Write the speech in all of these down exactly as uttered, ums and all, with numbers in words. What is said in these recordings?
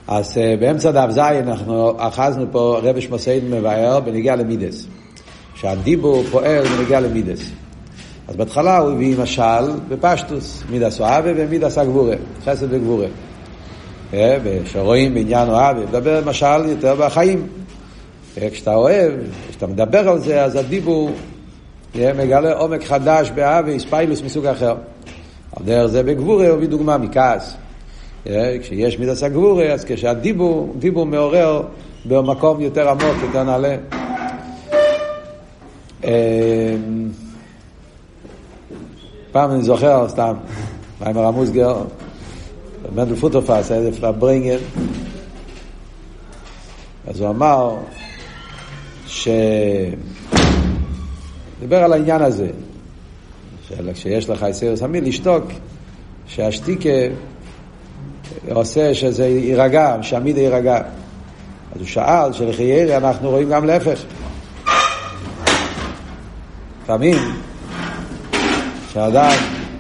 אז באמצע דף זין אנחנו אחזנו פה רבי שמוסיין מבאר בנגיע למידס, שהדיבור פועל בנגיע למידס. אז בהתחלה הוא הביא משל בפשטוס, מידס אוהבה ומידס הגבורה, חסד וגבורה. ושרואים בעניין אוהבה, מדבר משל יותר בחיים. כשאתה אוהב, כשאתה מדבר על זה, אז הדיבור מגלה עומק חדש באהבה, ספיילוס מסוג אחר. על דרך זה בגבורה הוא בדוגמה מכעס. כשיש מידס הגבורה, אז כשהדיבור, דיבור מעורר במקום יותר עמוק, יותר נעלה. פעם אני זוכר, סתם, מיימר המוסגר, מנדל פוטרפס, היה לפני ברינגן, אז הוא אמר, ש... דיבר על העניין הזה, כשיש לך יסרס המיל, לשתוק, שהשתיקה עושה שזה יירגע, שהמידה יירגע. אז הוא שאל שלחיירי אנחנו רואים גם להפך. לפעמים, שהאדם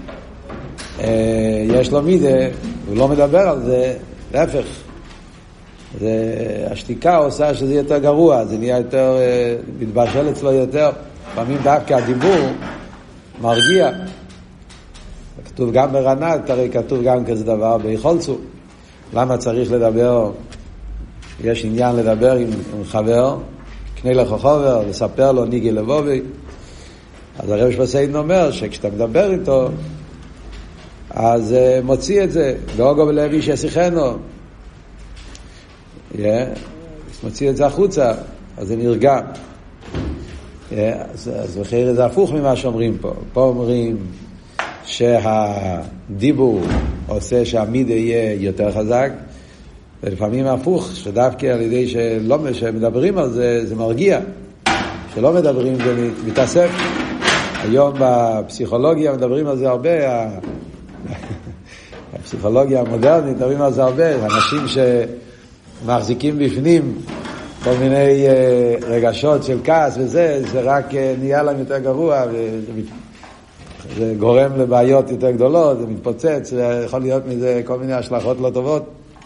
אה, יש לו מידה, הוא לא מדבר על זה, להפך. זה, השתיקה עושה שזה יותר גרוע, זה נהיה יותר, אה, מתבשל אצלו יותר. לפעמים דווקא הדיבור מרגיע. כתוב גם ברנת, הרי כתוב גם כזה דבר ביכולצו. למה צריך לדבר? יש עניין לדבר עם, עם חבר, קנה לך חבר, לספר לו ניגי לבובי. אז הרב שמוסיין אומר שכשאתה מדבר איתו, אז uh, מוציא את זה, ואוגו בלוי שישיחנו. Yeah. מוציא את זה החוצה, אז זה נרגע. Yeah. אז, אז בחיר זה הפוך ממה שאומרים פה. פה אומרים שהדיבור עושה שהמידה יהיה יותר חזק, ולפעמים הפוך, שדווקא על ידי שלא מדברים על זה, זה מרגיע. שלא מדברים זה מתאסף. היום בפסיכולוגיה מדברים על זה הרבה, הפסיכולוגיה המודרנית מדברים על זה הרבה, אנשים שמחזיקים בפנים כל מיני רגשות של כעס וזה, זה רק נהיה להם יותר גרוע, זה גורם לבעיות יותר גדולות, זה מתפוצץ, זה יכול להיות מזה כל מיני השלכות לא טובות.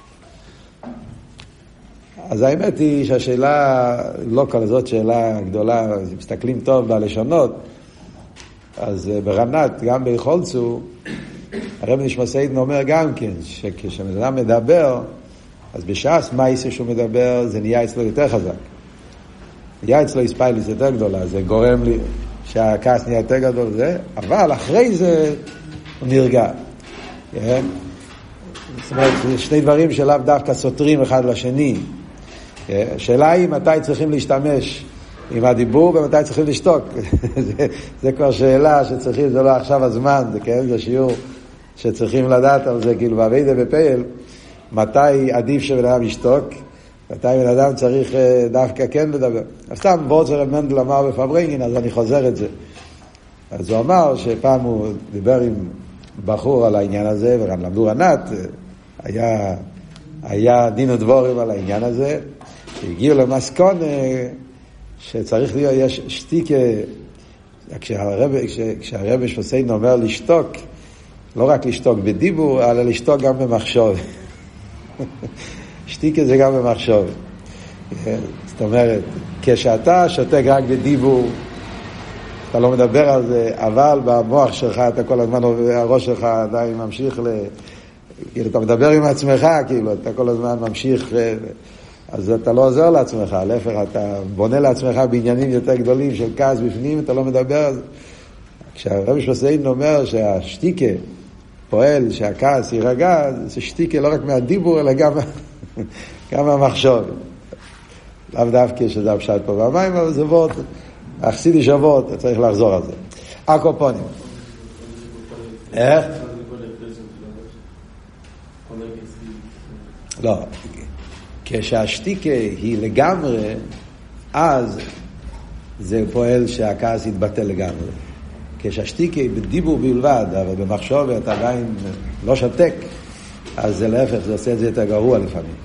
אז האמת היא שהשאלה לא כל זאת שאלה גדולה, מסתכלים טוב בלשונות, אז ברנת, גם ביכולצו, הרב נשמוסיין אומר גם כן, שכשאדם מדבר, אז בשעס מייסה שהוא מדבר, זה נהיה אצלו יותר חזק. נהיה אצלו הספיילוס יותר גדולה, זה גורם לי שהכעס נהיה יותר גדול, זה, אבל אחרי זה הוא נרגע. זאת אומרת, שני דברים שלאו דווקא סותרים אחד לשני. השאלה היא מתי צריכים להשתמש עם הדיבור ומתי צריכים לשתוק. זה, זה כבר שאלה שצריכים, זה לא עכשיו הזמן, זה כן, זה שיעור שצריכים לדעת על זה, כאילו בעבודה בפייל, מתי עדיף שבן אדם ישתוק, מתי בן אדם צריך דווקא כן לדבר. אז סתם וורצר מנדל אמר בפברינגן, אז אני חוזר את זה. אז הוא אמר שפעם הוא דיבר עם בחור על העניין הזה, וגם למדו ענת, היה, היה דין ודבורים על העניין הזה, שהגיעו למסקון שצריך להיות, יש שתיקה, כשהרב, כשהרב שמוסיין אומר לשתוק, לא רק לשתוק בדיבור, אלא לשתוק גם במחשוב. שתיקה זה גם במחשוב. זאת אומרת, כשאתה שותק רק בדיבור, אתה לא מדבר על זה, אבל במוח שלך, אתה כל הזמן, הראש שלך עדיין ממשיך ל... כאילו, אתה מדבר עם עצמך, כאילו, אתה כל הזמן ממשיך... אז אתה לא עוזר לעצמך, להפך, אתה בונה לעצמך בעניינים יותר גדולים של כעס בפנים, אתה לא מדבר על זה. כשהרב שמוסיין אומר שהשתיקה פועל, שהכעס יירגע, זה שתיקה לא רק מהדיבור, אלא גם, גם מהמחשוב. לאו דווקא שזה הפשט פה במים, אבל זה וורט, החסידי שבועות, אתה צריך לחזור על זה. הקופונים. איך? לא. כשהשתיקה היא לגמרי, אז זה פועל שהכעס יתבטל לגמרי. כשהשתיקה היא בדיבור בלבד, אבל במחשוב אתה עדיין לא שתק, אז זה להפך, זה עושה את זה יותר גרוע לפעמים.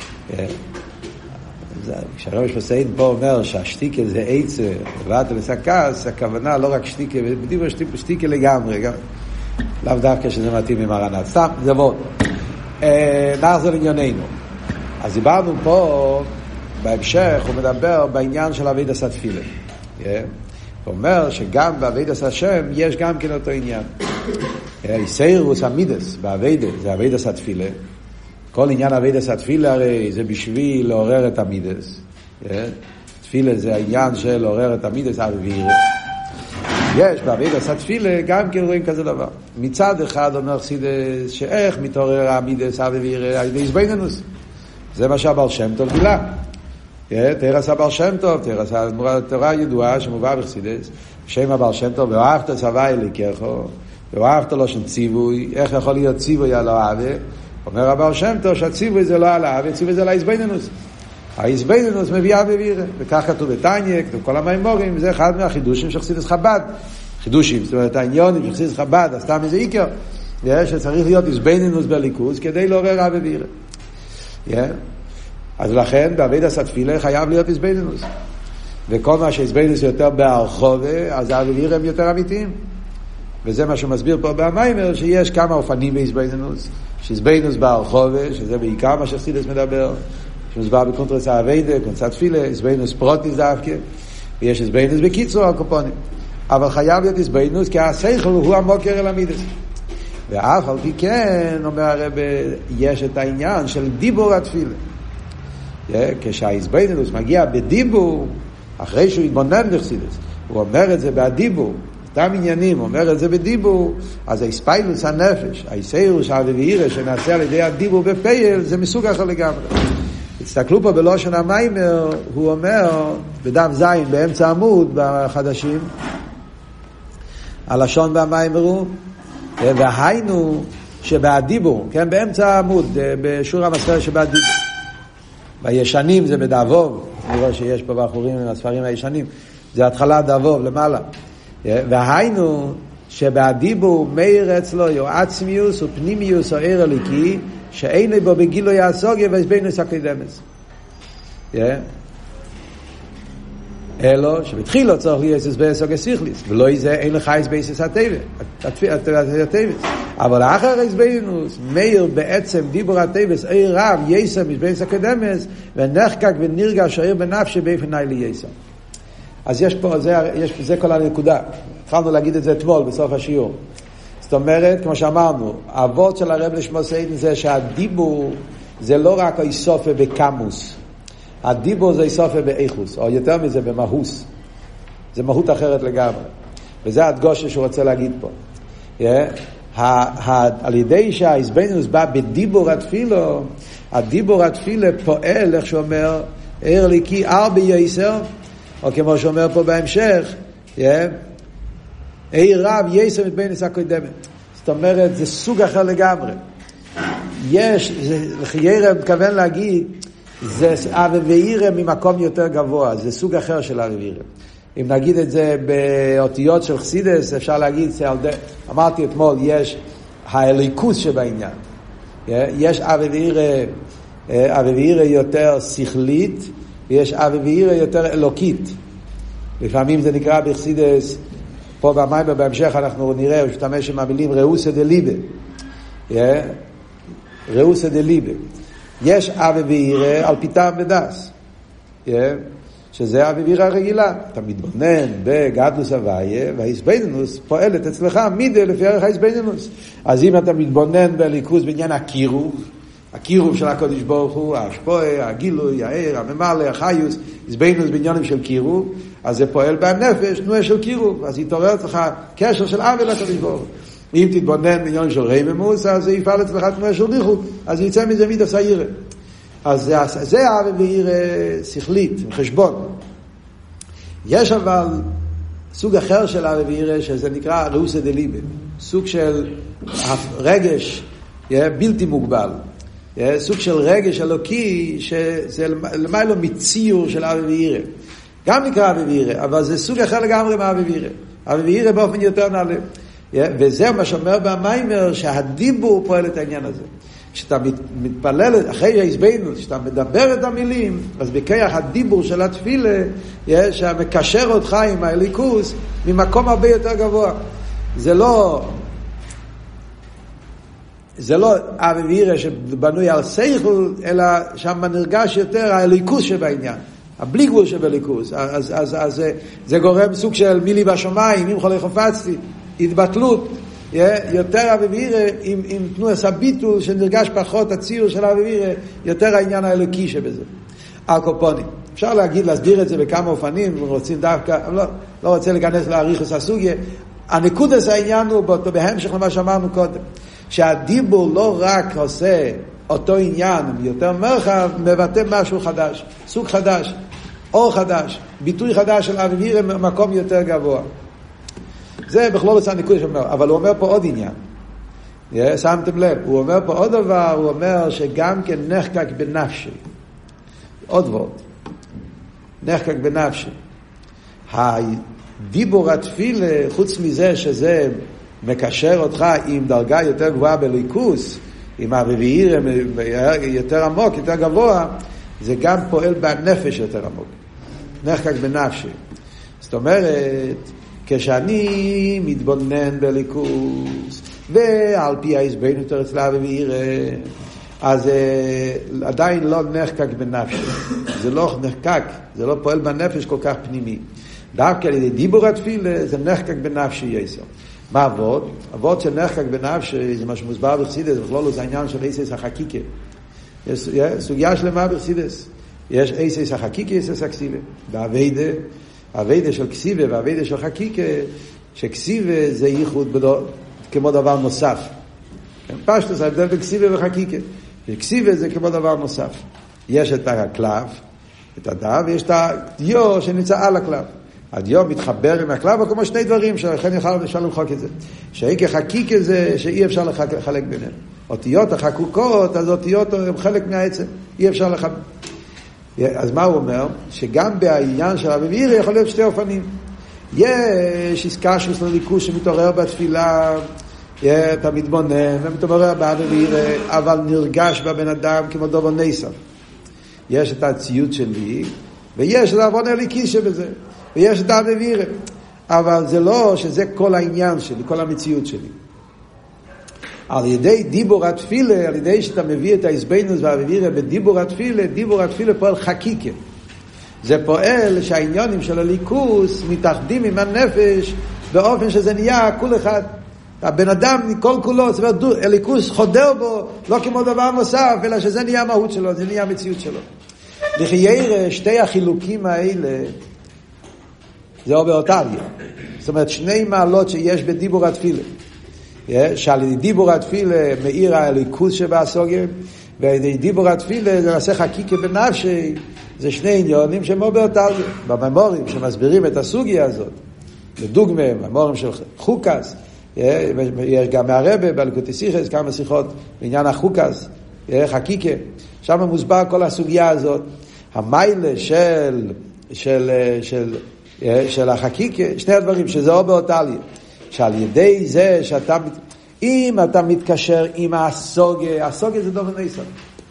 כשהרב שמוסיין פה אומר שהשתיקה זה עצה, ואתה לצע כעס, הכוונה לא רק שתיקה, בדיבור שתיקה לגמרי, לאו דווקא שזה מתאים עם הרנת. סתם, זה בוא. נחזור לענייננו. אז דיברנו פה, בהמשך הוא מדבר בעניין של עבודת התפילה. הוא אומר שגם בעבודת השם יש גם כן אותו עניין. איסיירוס המידס בעבודת, זה עבודת התפילה. כל עניין עבודת התפילה הרי זה בשביל לעורר את המידס. תפילה זה העניין של לעורר את המידס האווירה. יש בעבודת התפילה גם כן רואים כזה דבר. מצד אחד אומר חסידס שאיך מתעורר המידס האווירה על ידי התבוננות. זה מה שהבעל שם טוב גילה. תרס הבעל שם טוב, תרס התורה הידועה שמובאה בחסידס, שם הבעל שם טוב, ואהבת צבא אלוקיך, ואהבת לו שם ציווי, איך יכול להיות ציווי על האהבה? אומר הבעל שם טוב שהציווי זה לא על האהבה, ציווי זה על ההתבוננות. ההתבוננות מביאה ואווירה, וכך כתוב בתניא, כתוב כל המימורים, זה אחד מהחידושים של חסידס חב"ד. חידושים, זאת אומרת העניונים של חסידס חב"ד, אז סתם איזה עיקר, שצריך להיות התבוננות בליכוז כדי לעורר אהבה ואווירה. אז לכן בעבודת התפילה חייב להיות התבוננות. וכל מה שהתבוננות יותר בהרחבה, אז האווירה הם יותר אמיתיים. וזה מה שהוא מסביר פה במיימר, שיש כמה אופנים בהתבוננות. שהתבוננות בהרחבה, שזה בעיקר מה שחסידס מדבר, שמוסבר בקונטרס העבודה, קונטרס התפילה, התבוננות פרוטיס דווקא, ויש התבוננות בקיצור הקופונים. אבל חייב להיות התבוננות, כי השכל הוא המוקר אל המידס. ואף על פי כן, אומר הרב, יש את העניין של דיבור התפילה. כשההתבוננות מגיע בדיבור, אחרי שהוא התבונן בחסידס, הוא אומר את זה בדיבור, אותם עניינים, הוא אומר את זה בדיבור, אז ההספיילוס הנפש, האיסיירוס האווירה שנעשה על ידי הדיבור בפייל, זה מסוג אחר לגמרי. תסתכלו פה בלושן המיימר, הוא אומר, בדף זין, באמצע עמוד, בחדשים, הלשון במיימר הוא, והיינו שבהדיבור, כן, באמצע עמוד, בשור המספר שבהדיבור, בישנים זה בדאבוב, אני רואה שיש פה בחורים עם הספרים הישנים, זה התחלת דאבוב למעלה. והיינו שבהדיבור מאיר אצלו יו עצמיוס ופנימיוס או עיר אליקי, שאין בו בגילו יעסוגיה והסבינוס הקדמס. אלו שבתחילו צריך להיות הסבינוס הקסיכליס, ולא איזה אין לך הסבינוס הטבס. אבל אחר הסבינוס, מאיר בעצם דיבור הטבס, עיר רב, יסם הסבינוס הקדמס, ונחקק ונרגש העיר בנפשי באופן לי יסם. אז יש פה, זה, יש, זה כל הנקודה. התחלנו להגיד את זה אתמול בסוף השיעור. זאת אומרת, כמו שאמרנו, האבות של הרב לשמו סיידן זה שהדיבור זה לא רק איסופה בקמוס. הדיבור זה איסופה באיכוס, או יותר מזה במהוס. זה מהות אחרת לגמרי. וזה הדגושה שהוא רוצה להגיד פה. Yeah. על ידי שההסבינוס בא בדיבור התפילו, הדיבור התפילה פועל, איך שאומר, עיר ליקי ארבע יסר, או כמו שאומר פה בהמשך, עיר רב יסר מתבינס הקודמת. זאת אומרת, זה סוג אחר לגמרי. יש, לחיירה מתכוון להגיד, זה אבי ואירה ממקום יותר גבוה, זה סוג אחר של אבי ואירה. אם נגיד את זה באותיות של חסידס, אפשר להגיד, אמרתי אתמול, יש האליקוס שבעניין. יש אבי ואירה, אבי ואירה יותר שכלית, ויש אבי ואירה יותר אלוקית. לפעמים זה נקרא בחסידס, פה במים ובהמשך אנחנו נראה, הוא משתמש עם המילים ראוסה דליבה. ראוסה דליבה. יש אבי ואירה על פיתם ודס. שזה אבי ואירה רגילה. אתה מתבונן בגדלוס הוויה, וההסביננוס פועלת אצלך מידה לפי ערך ההסביננוס. אז אם אתה מתבונן בליכוז בעניין הקירוב, הקירוב של הקודש ברוך הוא, ההשפועה, הגילוי, העיר, הממלא, החיוס, הסביננוס בעניינים של קירוב, אז זה פועל בנפש, תנועה של קירוב, אז יתעורר אצלך קשר של אבי לקודש ברוך הוא. אם תתבונן בעניינים של רייממוס, אז זה יפעל אצלך תנועה של דיחוק, אז יצא מזה מידס העירה. אז זה, זה אבי ועירה שכלית, חשבון. יש אבל סוג אחר של אבי ועירה, שזה נקרא ראוסה דליבה, סוג של רגש בלתי מוגבל. סוג של רגש אלוקי, שזה למעלה מציור של אבי ועירה. גם נקרא אבי ועירה, אבל זה סוג אחר לגמרי מאבי ועירה. אבי ועירה באופן יותר נעלה. וזה מה שאומר במיימר, שהדיבור פועל את העניין הזה. כשאתה מתפלל, אחרי ההסביננות, כשאתה מדבר את המילים, אז בכיח הדיבור של התפילה, שמקשר אותך עם האליקוס, ממקום הרבה יותר גבוה. זה לא, זה לא אבירה שבנוי על שכל, אלא שם נרגש יותר הליכוס שבעניין, הבלי גבול שבליכוס. אז, אז, אז זה, זה גורם סוג של מילי בשמיים, אם חולי חפצתי, התבטלות, יותר אבירה עם, עם תנועת הביטול שנרגש פחות הציור של אבירה, יותר העניין האלוקי שבזה. הקופונים. אפשר להגיד, להסביר את זה בכמה אופנים, רוצים דווקא, לא, לא רוצה להיכנס להאריכוס הסוגיה. הנקודס העניין הוא באותו, בהמשך למה שאמרנו קודם, שהדיבור לא רק עושה אותו עניין, יותר מרחב, מבטא משהו חדש, סוג חדש, אור חדש, ביטוי חדש של אוויר במקום יותר גבוה. זה בכלול עושה נקודס שאומר, אבל הוא אומר פה עוד עניין. Yeah, שמתם לב, הוא אומר פה עוד דבר, הוא אומר שגם כן נחקק בנפשי. עוד ועוד. נחקק בנפשי. הדיבור התפילה, חוץ מזה שזה מקשר אותך עם דרגה יותר גבוהה בליכוס, עם הרביעיר יותר עמוק, יותר גבוה, זה גם פועל בנפש יותר עמוק. נחקק בנפשי. זאת אומרת, כשאני מתבונן בליכוס, ועל פי ההסבנות אצל הרביעיר, אז עדיין לא נחקק בנפשי. זה לא נחקק, זה לא פועל בנפש כל כך פנימי. דווקא על ידי דיבור התפילה, זה נחקק בנפשי יסר. מה עבוד? עבוד של נחקק בנפשי, זה מה שמוסבר בחסידות, זה בכלול זה העניין של איסס החקיקה. יש סוגיה שלמה בחסידות. יש איסס החקיקה, איסס הכסיבה. והעבודה, העבודה של כסיבה והעבודה של חקיקה, שכסיבה זה ייחוד בדור, כמו דבר נוסף. פשטוס, זה ההבדל בכסיבה וחקיקה. וכסיבה זה כמו דבר נוסף. יש את הקלף, את הדף, ויש את הדיו שנמצא על הקלף. הדיו מתחבר עם הקלף, כמו שני דברים, שלכן אפשר למחוק את זה. שהיא כחקיק זה שאי אפשר לחלק ביניהם. אותיות החקוקות, אז אותיות הן חלק מהעצם. אי אפשר לחלק. אז מה הוא אומר? שגם בעניין של הרביעיר יכול להיות שתי אופנים. יש איסקשוס לליכוס שמתעורר בתפילה, אתה מתבונן ומתעורר ברביעיר, אבל נרגש בבן אדם כמו דובר ניסן. יש את הציוד שלי, ויש את העוון הליקי שבזה, ויש את הרביעיר. אבל זה לא שזה כל העניין שלי, כל המציאות שלי. על ידי דיבור התפילה, על ידי שאתה מביא את ההסבנות והרביעיר בדיבור התפילה, דיבור התפילה פועל חקיקה. זה פועל שהעניונים של הליכוס מתאחדים עם הנפש באופן שזה נהיה כל אחד. הבן אדם כל כולו, זאת אומרת, הליכוס חודר בו, לא כמו דבר נוסף, אלא שזה נהיה המהות שלו, זה נהיה המציאות שלו. לחייר שתי החילוקים האלה, זה אוברטליה. זאת אומרת, שני מעלות שיש בדיבור התפילה. שעל ידי דיבור התפילה מאיר הליכוס שבהסוגיה, ועל ידי דיבור התפילה זה נעשה חקיקה בנפשי, זה שני עניונים שהם אוברטליה. בממורים שמסבירים את הסוגיה הזאת, לדוגמה, בממורים של חוקס, יש גם מהרבא בליקוטי שיחס כמה שיחות בעניין החוקס, חקיקה, שם מוסבר כל הסוגיה הזאת, המיילה של של של של החקיקה, שני הדברים שזה או באותליה, שעל ידי זה שאתה, אם אתה מתקשר עם הסוגיה, הסוגיה זה דובר ניסן.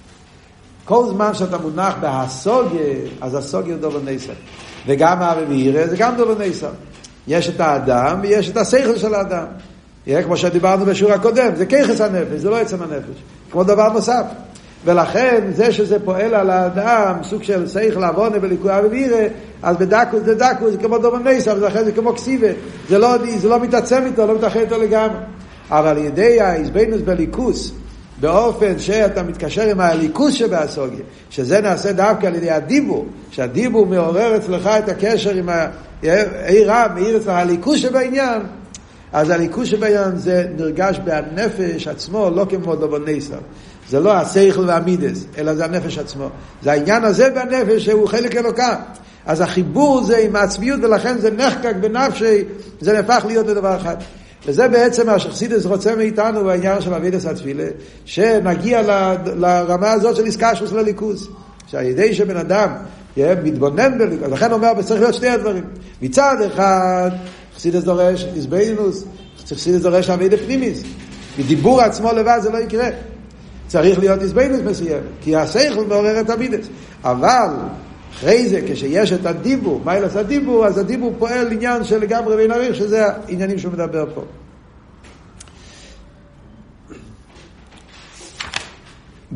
כל זמן שאתה מונח בהסוגיה, אז הסוגיה זה דובר ניסן. וגם הרביעיר זה גם דובר ניסן. יש את האדם ויש את השכל של האדם. כמו שדיברנו בשיעור הקודם, זה כיחס הנפש, זה לא עצם הנפש. כמו דבר נוסף. ולכן זה שזה פועל על האדם, סוג של שכל עוונה בליקוי הרביעיר, אז בדקוס זה דקוס, זה כמו דובר ניסן, ולכן זה כמו כסיבה. זה לא, זה לא מתעצם איתו, לא מתאחד איתו לגמרי. אבל על ידי ההסבנות בליכוס, באופן שאתה מתקשר עם הליכוס שבהסוגיה, שזה נעשה דווקא על ידי הדיבור, שהדיבור מעורר אצלך את הקשר עם העירה, מעיר אצלך הליכוס שבעניין, אז הליכוס שבעניין זה נרגש בנפש עצמו, לא כמו דובר ניסן. זה לא השכל והמידס, אלא זה הנפש עצמו. זה העניין הזה בנפש שהוא חלק אלוקה. אז החיבור זה עם העצמיות, ולכן זה נחקק בנפשי, זה נהפך להיות לדבר אחד. וזה בעצם מה שחסידות רוצה מאיתנו בעניין של עבודת התפילה, שנגיע לרמה הזאת של איסקשוס לליכוס. שעל ידי שבן אדם מתבונן בליכוס, לכן אומר, צריך להיות שני הדברים. מצד אחד, חסידות דורש הסבינוס, חסידות דורש עבודת פנימיס. מדיבור עצמו לבד זה לא יקרה. צריך להיות הסבינוס מסוים, כי השכל מעורר את המידס. אבל אחרי זה, כשיש את הדיבור, מה ילס הדיבור, אז הדיבור פועל עניין של לגמרי בין עריך, שזה העניינים שהוא מדבר פה.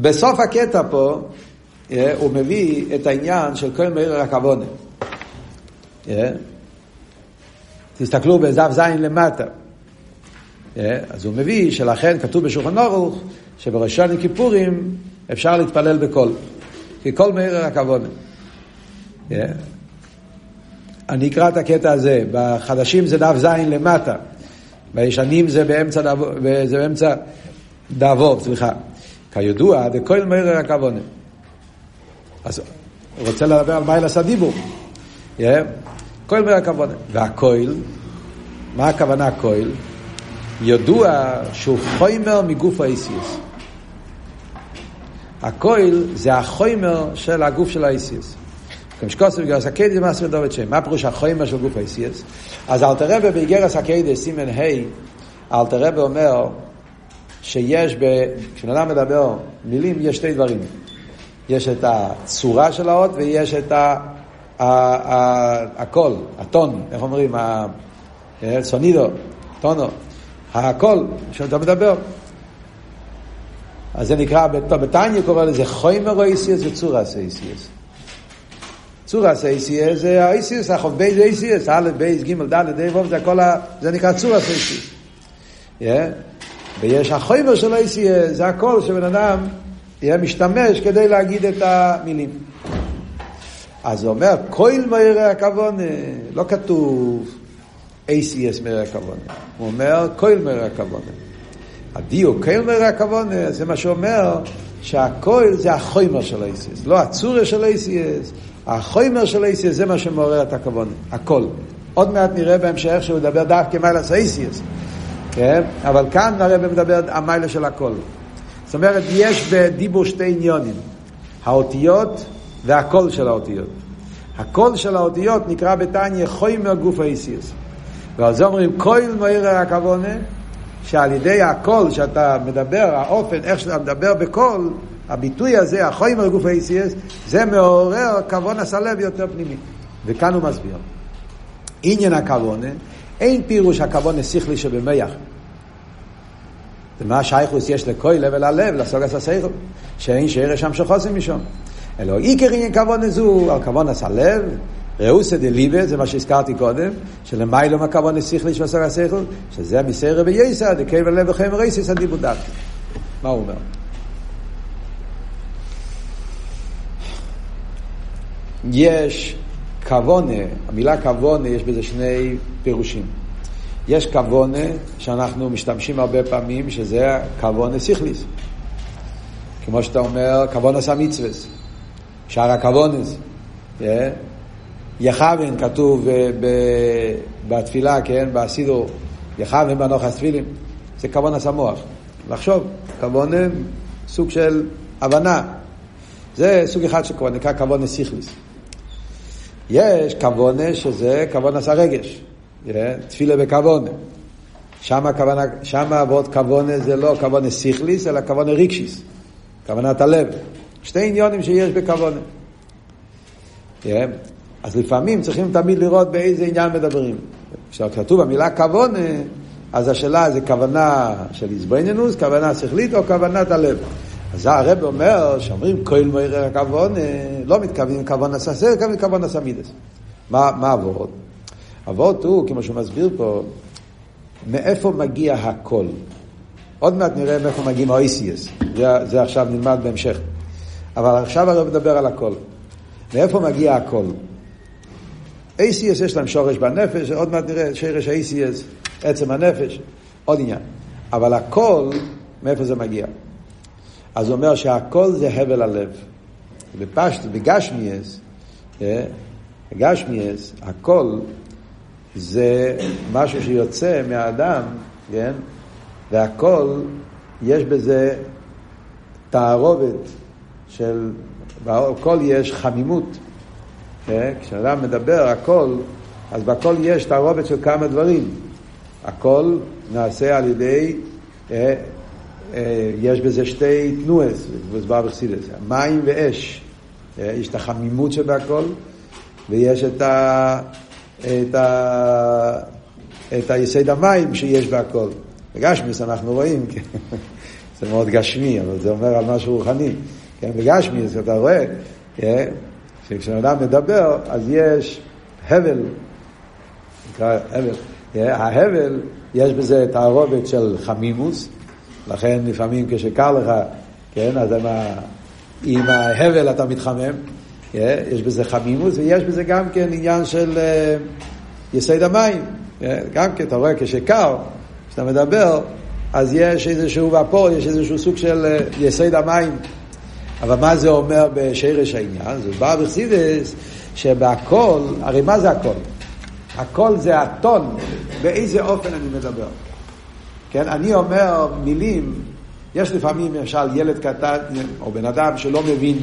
בסוף הקטע פה, הוא מביא את העניין של כל מאיר הכוונה. תסתכלו בדף זין למטה. אז הוא מביא שלכן כתוב בשולחן ערוך שבראש השנה כיפורים אפשר להתפלל בקול. כי כל מאיר הכוונה. אני אקרא את הקטע הזה. בחדשים זה דף זין למטה. בישנים זה באמצע דאבוב, זה באמצע דאבוב, סליחה. כידוע, דכל מאיר הכוונה. אז הוא רוצה לדבר על מיילס הדיבור. כל מאיר הכוונה. והכויל, מה הכוונה הכויל? ידוע שהוא חומר מגוף האיסיוס. הכויל זה החומר של הגוף של האיסיוס. כמשקוס בגרס הקיידס מסר דובד שם. מה פירוש החומר של גוף האיסיוס? אז אלתר רבי בגרס הקיידס סימן ה' אלתר רבי אומר שיש, כשאדם מדבר מילים, יש שתי דברים. יש את הצורה של האות ויש את הקול, הטון, איך אומרים, סונידו, טונו, הקול שאתה מדבר. אז זה נקרא, בתניא קורא לזה חומר או איסיוס וצורה סייסיוס. צורה סייסיוס זה האיסיוס, החוב בייס איסיוס, א' בייס ג' ד' ד' ו' זה הכל, זה נקרא צורה סייסיוס. ויש החומר של האיסיוס, זה הכל שבן אדם יהיה משתמש כדי להגיד את המילים. אז הוא אומר, כל מאיר הכוונה, לא כתוב איסיוס מאיר הכוונה. הוא אומר, כל מאיר הכוונה. הדיוק, כל מאיר הכוונה, זה מה שאומר, שהכל זה החומר של האיסיוס. לא הצורה של האיסיוס, החומר של האיסיוס זה מה שמעורר את הכוונה. הכל. עוד מעט נראה בהמשך שהוא מדבר דווקא מיילס האיסיוס. כן? אבל כאן נראה במדבר המיילה של הכל. זאת אומרת, יש בדיבור שתי עניונים. האותיות והקול של האותיות. הקול של האותיות נקרא בתניא חומר גוף האיסיוס. ועל זה אומרים, כל מאיר הכוונה, שעל ידי הקול שאתה מדבר, האופן, איך שאתה מדבר בקול, הביטוי הזה, החומר גוף האיסיוס, זה מעורר כוונה סלב יותר פנימי. וכאן הוא מסביר. עניין הכוונה, אין פירוש הכוונה שכלי שבמח. זה מה שייכוס יש לכל לב וללב, לסוג הססייך, שאין שירש שם שחוסם משום. אלא עיקר עניין כוונה זו, על כוונה סלב, ראוסה דליבה, זה מה שהזכרתי קודם, שלמיילו מהכוונה שכלי של הסוג הססייך, שזה מסערה בייסה, דקי ולב וחיים רייסיס הדיבור דווקא. מה הוא אומר? יש כוונה, המילה כוונה יש בזה שני פירושים. יש כוונה שאנחנו משתמשים הרבה פעמים, שזה כוונה שכליס. כמו שאתה אומר, כוונה סמיצווס. שער הכוונס. יחוון כתוב בתפילה, כן, בסידור, יחוון בנוח הספילים. זה כוונה סמוח. לחשוב, כוונה סוג של הבנה. זה סוג אחד של כוונה, נקרא כוונה שכליס. יש כוונה שזה כוונה סרגש. תפילה בכוונה. שמה כוונה, שמה עבוד כוונה זה לא כוונה שכליס, אלא כוונה רגשיס. כוונת הלב. שתי עניונים שיש בכוונה. אז לפעמים צריכים תמיד לראות באיזה עניין מדברים. כשכתוב במילה כוונה, אז השאלה זה כוונה של הסבינינוס, כוונה שכלית או כוונת הלב. אז הרב אומר, שאומרים כל מאיר הכוונה, לא מתכוונים כוונה ססר, כוונה כוונה סמידס. מה, מה עבוד? עבוד הוא, כמו שהוא מסביר פה, מאיפה מגיע הכל. עוד מעט נראה מאיפה מגיעים האיסיוס. זה, זה עכשיו נלמד בהמשך. אבל עכשיו הרב מדבר על הכל. מאיפה מגיע הכל? איסיוס יש להם שורש בנפש, עוד מעט נראה שורש האיסיוס, עצם הנפש, עוד עניין. אבל הכל, מאיפה זה מגיע? אז הוא אומר שהכל זה הבל הלב. בפשט, בגשמיאס, בגשמיאס, הכל זה משהו שיוצא מהאדם, כן? והכל, יש בזה תערובת של, בכל יש חמימות. כן? כשאדם מדבר הכל, אז בכל יש תערובת של כמה דברים. הכל נעשה על ידי, אה, אה, יש בזה שתי תנועס, בסבר בחסידות, מים ואש. אה, יש את החמימות שבהכל, ויש את ה... את ה... את היסד המים שיש בהכל. בגשמיס אנחנו רואים, זה מאוד גשמי, אבל זה אומר על משהו רוחני. כן, בגשמי, אז אתה רואה, כן, שכשאדם מדבר, אז יש הבל, נקרא הבל, כן, ההבל, יש בזה תערובת של חמימוס, לכן לפעמים כשקר לך, כן, אז עם, ה... עם ההבל אתה מתחמם, כן, יש בזה חמימוס, ויש בזה גם כן עניין של uh, יסוד המים, כן, גם כן, אתה רואה, כשקר, כשאתה מדבר, אז יש איזשהו ופור, יש איזשהו סוג של uh, יסוד המים, אבל מה זה אומר בשרש העניין? זה בא בחסידות שבהכל, הרי מה זה הכל? הכל זה הטון, באיזה אופן אני מדבר. כן, אני אומר מילים, יש לפעמים למשל ילד קטן או בן אדם שלא מבין,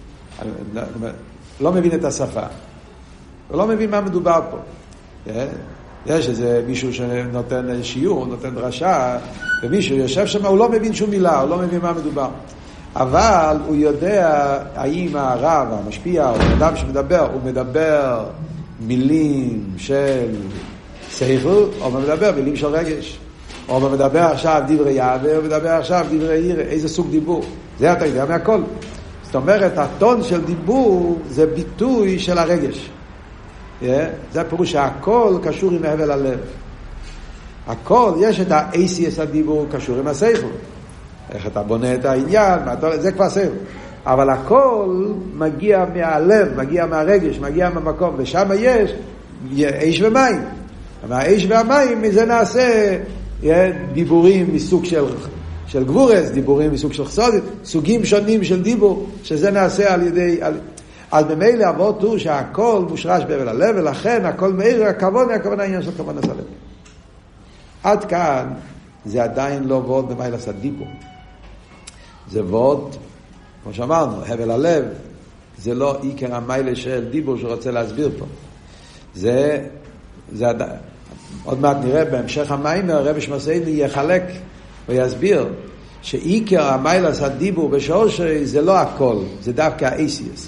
לא מבין את השפה, הוא לא מבין מה מדובר פה. כן? יש איזה מישהו שנותן שיעור, נותן דרשה, ומישהו יושב שם, הוא לא מבין שום מילה, הוא לא מבין מה מדובר. אבל הוא יודע האם הרב, המשפיע, או האדם שמדבר, הוא מדבר מילים של שכל, או מדבר מילים של רגש, או מדבר עכשיו דברי יעבר, או מדבר עכשיו דברי עיר, איזה סוג דיבור. זה אתה יודע מהכל. זאת אומרת, הטון של דיבור זה ביטוי של הרגש. Yeah? זה הפירוש שהכל קשור עם ההבל הלב. הכל, יש את ה-אייסיאס הדיבור קשור עם השכל. איך אתה בונה את העניין, זה כבר סבל. אבל הכל מגיע מהלב, מגיע מהרגש, מגיע מהמקום, ושם יש אש ומים. מהאש והמים, מזה נעשה דיבורים מסוג של, של גבורס, דיבורים מסוג של חסודות, סוגים שונים של דיבור, שזה נעשה על ידי... על... אז במילא אבות הוא שהכל מושרש בהבל הלב, ולכן הכל מאיר, הכוונה, הכוונה העניין של כוונה סלב. עד כאן זה עדיין לא ווד במיילס הדיבור. זה ווד, כמו שאמרנו, הבל הלב, זה לא עיקר המיילה של דיבור שרוצה להסביר פה. זה, זה עדיין, עוד מעט נראה בהמשך המיימר, הרב שמסעיני יחלק ויסביר שעיקר המיילס הדיבור בשורשי זה לא הכל, זה דווקא האסיאס.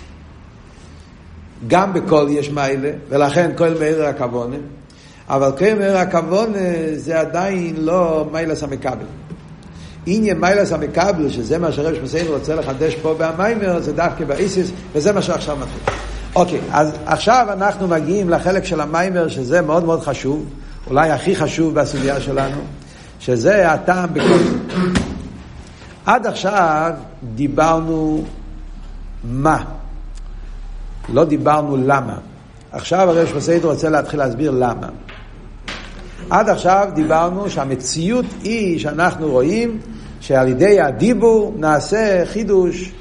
גם בכל יש מיילה, ולכן כל מאיר הכוונה, אבל כל מאיר הכוונה זה עדיין לא מיילס המקבל. עניין מיילס המקבל, שזה מה שהרב שמסעיני רוצה לחדש פה במיימר, זה דווקא באסיאס, וזה מה שעכשיו מתחיל. אוקיי, אז עכשיו אנחנו מגיעים לחלק של המיימר, שזה מאוד מאוד חשוב, אולי הכי חשוב בסוגיה שלנו, שזה הטעם בכל זה. עד עכשיו דיברנו מה, לא דיברנו למה. עכשיו הרב שמסעיני רוצה להתחיל להסביר למה. עד עכשיו דיברנו שהמציאות היא שאנחנו רואים שעל ידי הדיבור נעשה חידוש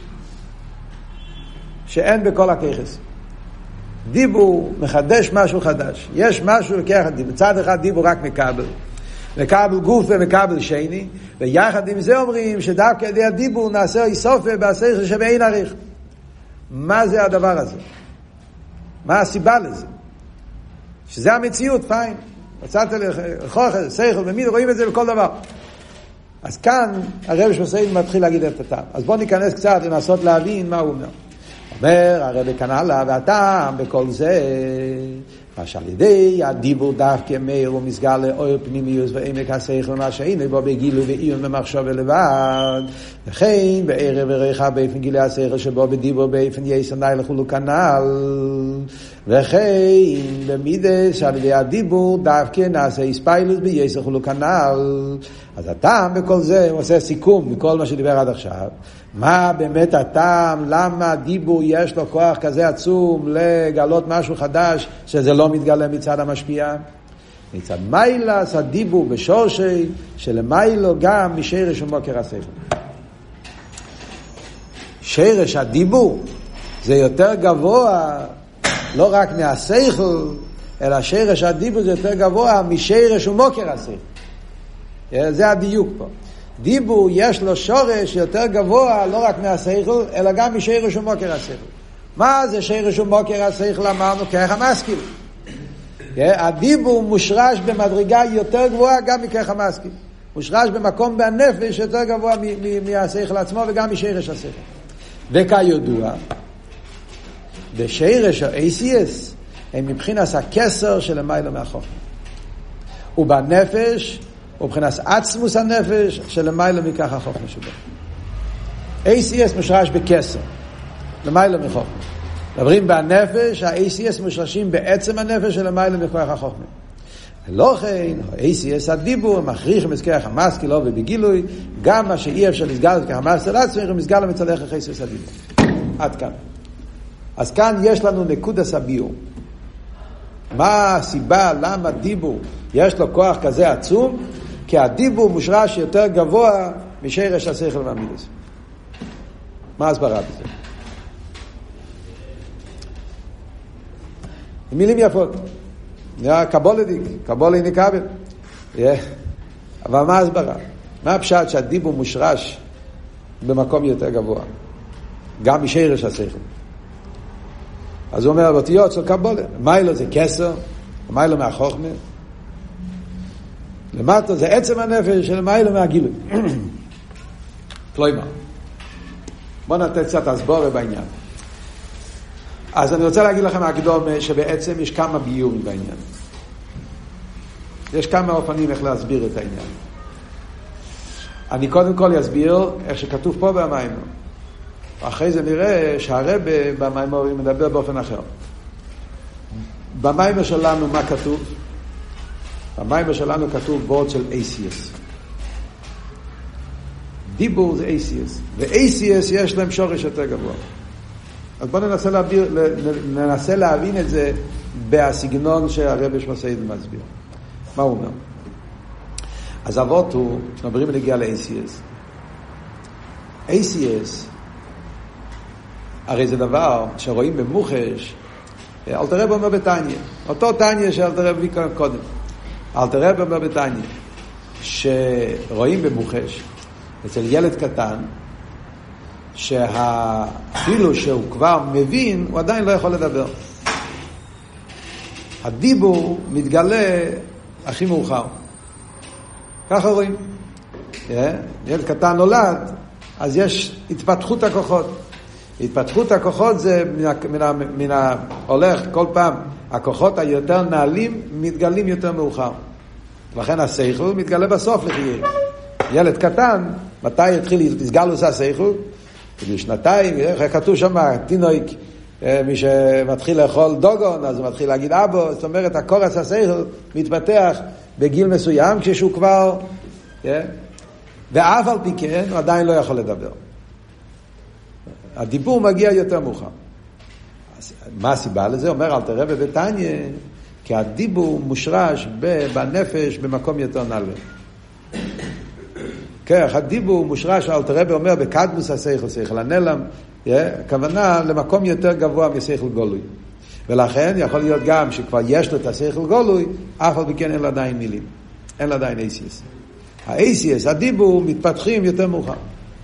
שאין בכל הכיחס. דיבור מחדש משהו חדש. יש משהו ככה, מצד אחד דיבור רק מקבל. מקבל גוף ומקבל שני, ויחד עם זה אומרים שדווקא ידי הדיבור נעשה איסופה בעשרה שבאין עריך. מה זה הדבר הזה? מה הסיבה לזה? שזה המציאות, פיין. מצאת לכוח, שכל ומיד, רואים את זה בכל דבר. אז כאן הרב שמסעיני מתחיל להגיד את הטעם. אז בואו ניכנס קצת לנסות להבין מה הוא אומר. אומר הרב כאן הלאה, והטעם בכל זה, מה שעל ידי הדיבור דווקא מאיר ומסגר לאור פנימיוס ועמק השכל, מה שהנה בו בגילוי ועיון במחשוב ולבד, וכן בערב וריחה באופן גילי השכל שבו בדיבור באופן יסנאי לכולו כנל, וכן במידה שעל ידי הדיבור דווקא נעשה הספיילוס ביסר כולו כנל. אז הטעם בכל זה, הוא עושה סיכום מכל מה שדיבר עד עכשיו, מה באמת הטעם, למה דיבור יש לו כוח כזה עצום לגלות משהו חדש שזה לא מתגלה מצד המשפיע. מצד מיילס הדיבור בשורשי שלמיילו גם משרש ומוקר השכל. שרש הדיבור זה יותר גבוה לא רק מהשכל, אלא שרש הדיבור זה יותר גבוה משרש ומוקר השכל. זה הדיוק פה. דיבור יש לו שורש יותר גבוה לא רק מהשכל, אלא גם משרש ומוקר השכל. מה זה שרש ומוקר השכל? אמרנו ככה משכיל. הדיבור מושרש במדרגה יותר גבוהה גם מככה משכיל. מושרש במקום בנפש יותר גבוה מהשכל עצמו וגם משרש השכל. וכידוע, בשרש ה-איי סי אס הם מבחינת הכסר של המילה מהחוכמה. ובנפש ובחינת עצמוס הנפש שלמעלה מכך החוכמה שבו. איי סי אס מושרש בקסר, למעלה מחוכמה. מדברים בנפש, ה-איי סי אס מושרשים בעצם הנפש שלמעלה מכוח החוכמה. לא כן, ה-איי סי אס הדיבור מכריח מזכח המשכיל או ובגילוי, גם מה שאי אפשר לסגל את המשכיל לעצמך, הוא מסגל למצלח ה-איי סי אס הדיבור. עד כאן. אז כאן יש לנו נקודת הביור. מה הסיבה, למה דיבור יש לו כוח כזה עצום? כי הדיבור מושרש יותר גבוה משרש השכל והמידות. מה הסברה בזה? מילים יפות. קבולדיק, קבולי נקבל. אבל מה הסברה? מה הפשט שהדיבור מושרש במקום יותר גבוה? גם משרש השכל. אז הוא אומר, באותיות של קבולה. מיילו זה כסר, מיילו מהחוכמה. למטה זה עצם הנפש של מיילו מהגילוי. כלומר, בואו נתן קצת הסבורה בעניין. אז אני רוצה להגיד לכם הקדום שבעצם יש כמה ביורים בעניין. יש כמה אופנים איך להסביר את העניין. אני קודם כל אסביר איך שכתוב פה במיימר. אחרי זה נראה שהרב במיימר מדבר באופן אחר. במיימר שלנו מה כתוב? במיימר שלנו כתוב בורד של איי סי אס. דיבור זה איי סי אס. ו-איי סי אס יש להם שורש יותר גבוה. אז בואו ננסה להבין, ננסה להבין את זה בסגנון שהרב שמסעיד מסביר. מה הוא אומר? אז אבות הוא, כשנדברים להגיע ל-איי סי אס. איי סי אס, הרי זה דבר שרואים במוחש, אלתר רב אומר בתניא, אותו תניא שאלתר רב הביא קודם. אלתר רב אומר בתניא, שרואים במוחש, אצל ילד קטן, שאפילו שהוא כבר מבין, הוא עדיין לא יכול לדבר. הדיבור מתגלה הכי מאוחר. ככה רואים. ילד קטן נולד, אז יש התפתחות הכוחות. התפתחות הכוחות זה מן ה, מן ה, הולך כל פעם, הכוחות היותר נעלים מתגלים יותר מאוחר. לכן השכל מתגלה בסוף לחייר. ילד קטן, מתי התחיל לסגלוס השכל? בשנתיים, כתוב שם, תינוק, מי שמתחיל לאכול דוגון, אז הוא מתחיל להגיד אבו, זאת אומרת, הקורס השכל מתפתח בגיל מסוים, כשהוא כבר, ואף על פי כן, הוא עדיין לא יכול לדבר. הדיבור מגיע יותר מאוחר. מה הסיבה לזה? אומר אלתר רבי בתניא, כי הדיבור מושרש בנפש במקום יותר נעלה. כן, הדיבור מושרש, אלתר רבי אומר, בקדמוס השכל, שכל הנעלם, הכוונה למקום יותר גבוה משכל גולוי. ולכן יכול להיות גם שכבר יש לו את השכל גולוי, אף על פי כן אין לו עדיין מילים. אין לו עדיין איי סי אס. ה-איי סי אס, הדיבור, מתפתחים יותר מאוחר.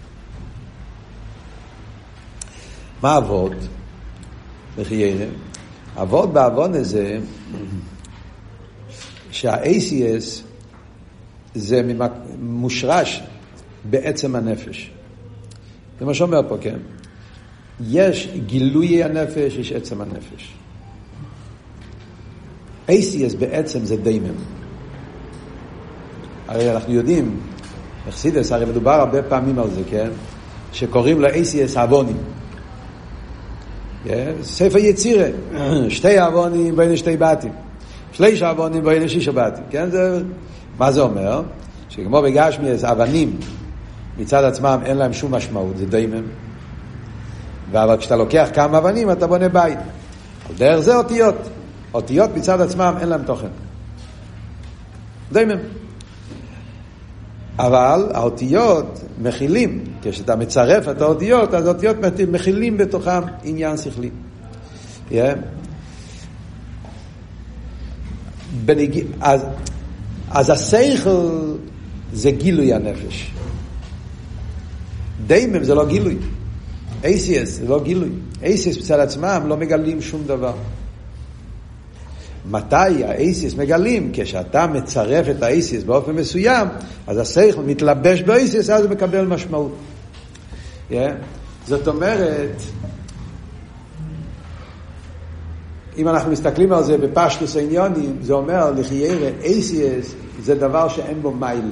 מה עבוד? לחיירה. עבוד בעוון הזה, שה-איי סי אס זה מושרש בעצם הנפש. זה מה שאומר פה, כן? יש גילוי הנפש, יש עצם הנפש. איי סי אס בעצם זה דיימם. הרי אנחנו יודעים, בחסידות, הרי מדובר הרבה פעמים על זה, כן? שקוראים לו איי סי אס אבונים. ספר יצירה, שתי אבונים בין שתי בתים. שליש אבונים בין שישה בתים. כן? זה, מה זה אומר? שכמו בגשמי, אבנים מצד עצמם אין להם שום משמעות, זה דיימם. אבל כשאתה לוקח כמה אבנים, אתה בונה בית. על דרך זה אותיות. אותיות מצד עצמם אין להם תוכן. דיימם. אבל האותיות מכילים, כשאתה מצרף את האותיות, אז האותיות מכילים בתוכם עניין שכלי. Yeah. בנג... אז, אז השכל זה גילוי הנפש. דיימם זה לא גילוי. איי סי אס זה לא גילוי. איי סי אס בצד עצמם לא מגלים שום דבר. מתי ה-איי סי אס מגלים? כשאתה מצרף את ה-איי סי אס באופן מסוים, אז השכל מתלבש ב-איי סי אס, אז הוא מקבל משמעות. Yeah. זאת אומרת, אם אנחנו מסתכלים על זה בפשטוס העניונים, זה אומר לחיירה, אייסיאס זה דבר שאין בו מיילה.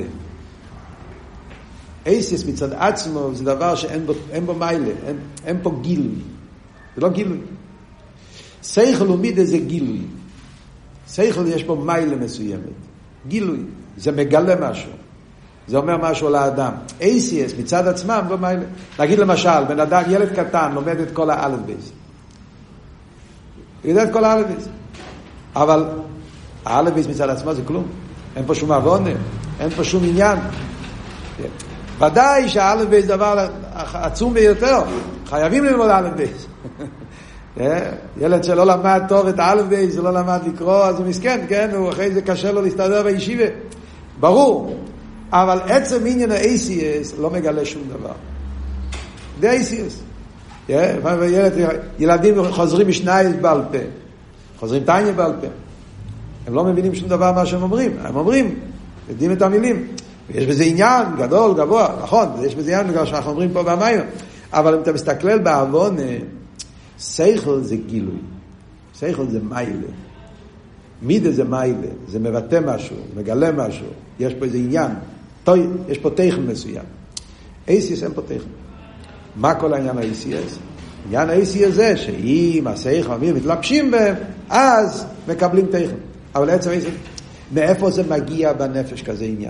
אייסיאס מצד עצמו זה דבר שאין בו, אין בו מיילה, אין, אין פה גילוי. זה לא גילוי. שכל ומידה זה גילוי. שכל יש פה מיילה מסוימת. גילוי. זה מגלה משהו. זה אומר משהו לאדם. אייסיאס מצד עצמם לא מיילה. נגיד למשל, בן אדם, ילד קטן לומד את כל האלף בייס. הוא יודע את כל האלף בייס. אבל האלף בייס מצד עצמו זה כלום. אין פה שום עוונה. אין פה שום עניין. ודאי שהאלף בייס דבר עצום ביותר. חייבים ללמוד אלף בייס. ילד שלא למד טוב את האלף בייס, זה לא למד לקרוא, אז הוא מסכן, כן? הוא אחרי זה קשה לו להסתדר בישיבה. ברור. אבל עצם עניין ה-איי-סי-אס לא מגלה שום דבר. זה ה-איי-סי-אס. ילדים חוזרים משנייס בעל פה. חוזרים תניא בעל פה. הם לא מבינים שום דבר מה שהם אומרים. הם אומרים, יודעים את המילים. ויש בזה עניין גדול, גבוה. נכון, יש בזה עניין בגלל שאנחנו אומרים פה במים. אבל אם אתה מסתכל בעוון, שכל זה גילוי. שכל זה מיילה. מידה זה מיילה. זה מבטא משהו, מגלה משהו. יש פה איזה עניין. יש פה תכן מסוים. אייסיאס אין פה תכן. מה כל העניין ה-אייסיאס? העניין ה-אייסיאס זה שאם השכל והמידה מתלבשים בהם, אז מקבלים תכן. אבל עצם אייסיאס, מאיפה זה מגיע בנפש כזה עניין?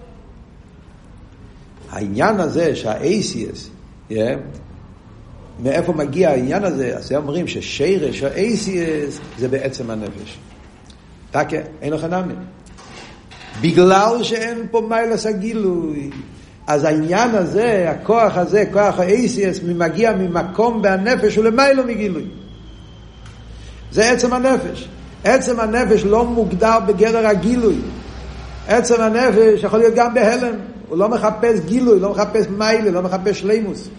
העניין הזה שהאייסיאס, yeah, מאיפה מגיע העניין הזה? אז הם אומרים ששרש האייסיאס זה בעצם הנפש. תקה, אין לך נאמין. בגלל שאין פה מיילס הגילוי, אז העניין הזה, הכוח הזה, כוח האייסיאס, מגיע ממקום בהנפש ולמיילו מגילוי. זה עצם הנפש. עצם הנפש לא מוגדר בגדר הגילוי. עצם הנפש יכול להיות גם בהלם. הוא לא מחפש גילוי, לא מחפש מיילה, לא מחפש שלימוס.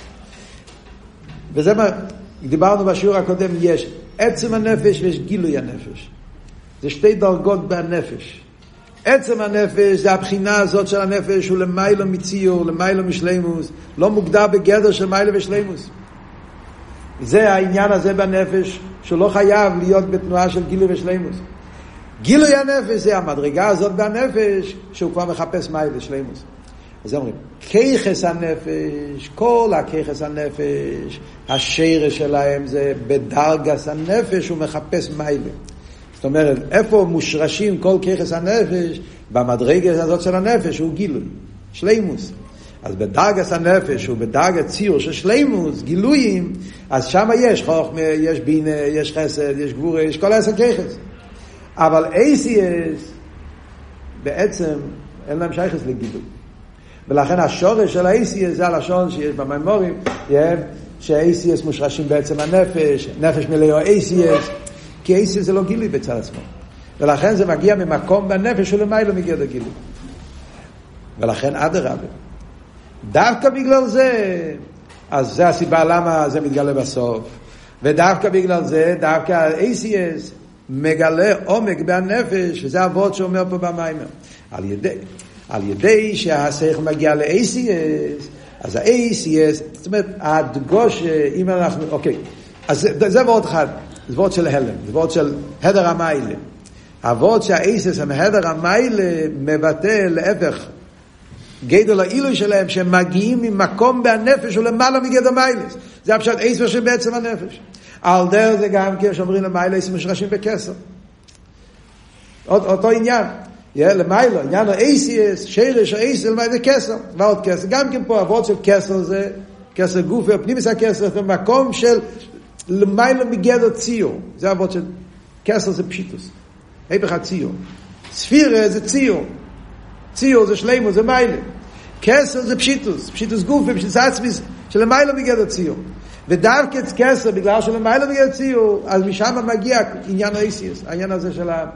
וזה מה דיברנו בשיעור הקודם, יש עצם הנפש ויש גילוי הנפש. זה שתי דרגות בנפש. עצם הנפש זה הבחינה הזאת של הנפש, הוא למיילו מציור, למיילו משלימוס, לא מוגדר בגדר של מיילו ושלימוס. זה העניין הזה בנפש, שהוא לא חייב להיות בתנועה של גילוי ושלימוס. גילוי הנפש זה המדרגה הזאת בנפש, שהוא כבר מחפש מיילו ושלימוס. אז אומרים, כיחס הנפש, כל הכיחס הנפש, השרש שלהם זה בדרגס הנפש, הוא מחפש מיילו. זאת אומרת, איפה מושרשים כל כיחס הנפש? במדרגה הזאת של הנפש הוא גילוי, שלימוס. אז בדרגת הנפש ובדרגת ציור של שלימוס, גילויים, אז שם יש חוכמה, יש בינה, יש חסד, יש גבורה, יש כל עשר כיחס. אבל אייסיאס בעצם אין להם שייכס לגילוי. ולכן השורש של האייסיאס זה הלשון שיש במיימורים, שאייסיאס מושרשים בעצם הנפש, נפש מלאו אייסיאס, כי אייסיאס זה לא גילוי בצד עצמו. ולכן זה מגיע ממקום בנפש ולמיילו מגיע לגילוי. ולכן עד הרבה. דווקא בגלל זה, אז זה הסיבה למה זה מתגלה בסוף. ודווקא בגלל זה, דווקא האייסיאס מגלה עומק בהנפש, וזה העבוד שאומר פה במיימר. על ידי, על ידי שהשכל מגיע לאייסיאס, אז האייסיאס, זאת אומרת, הדגוש, אם אנחנו, אוקיי, אז זה, זה ועוד אחד. זה וורט של הלם, זה וורט של הדר המיילה. הוורט שהאייסיאס המהדר המיילה מבטא להפך גדול האילוי שלהם, שהם מגיעים ממקום בהנפש ולמעלה מגדר מיילס. זה הפשט אייסיאס שבעצם הנפש. על דר זה גם כן שאומרים למיילה אייסיאס משרשים בכסר. אותו עניין. למיילה, עניין האייסיאס, שרש האייסיאס, למיילה זה כסר. ועוד כסר. גם כן פה הוורט של כסר זה, כסר גוף ופנימיס הכסר, זה מקום של למיילו מגדר ציור. זה העבוד של כסר זה פשיטוס. היפך הציור. ספירה זה ציור. ציור זה שלימו, זה מיילה. כסר זה פשיטוס. פשיטוס גוף ופשיטוס עצמיס של למיילו מגדר ציור. ודווקא כסר, בגלל של למיילו מגדר ציור, אז משם מגיע עניין האייסיאס. העניין הזה של ה...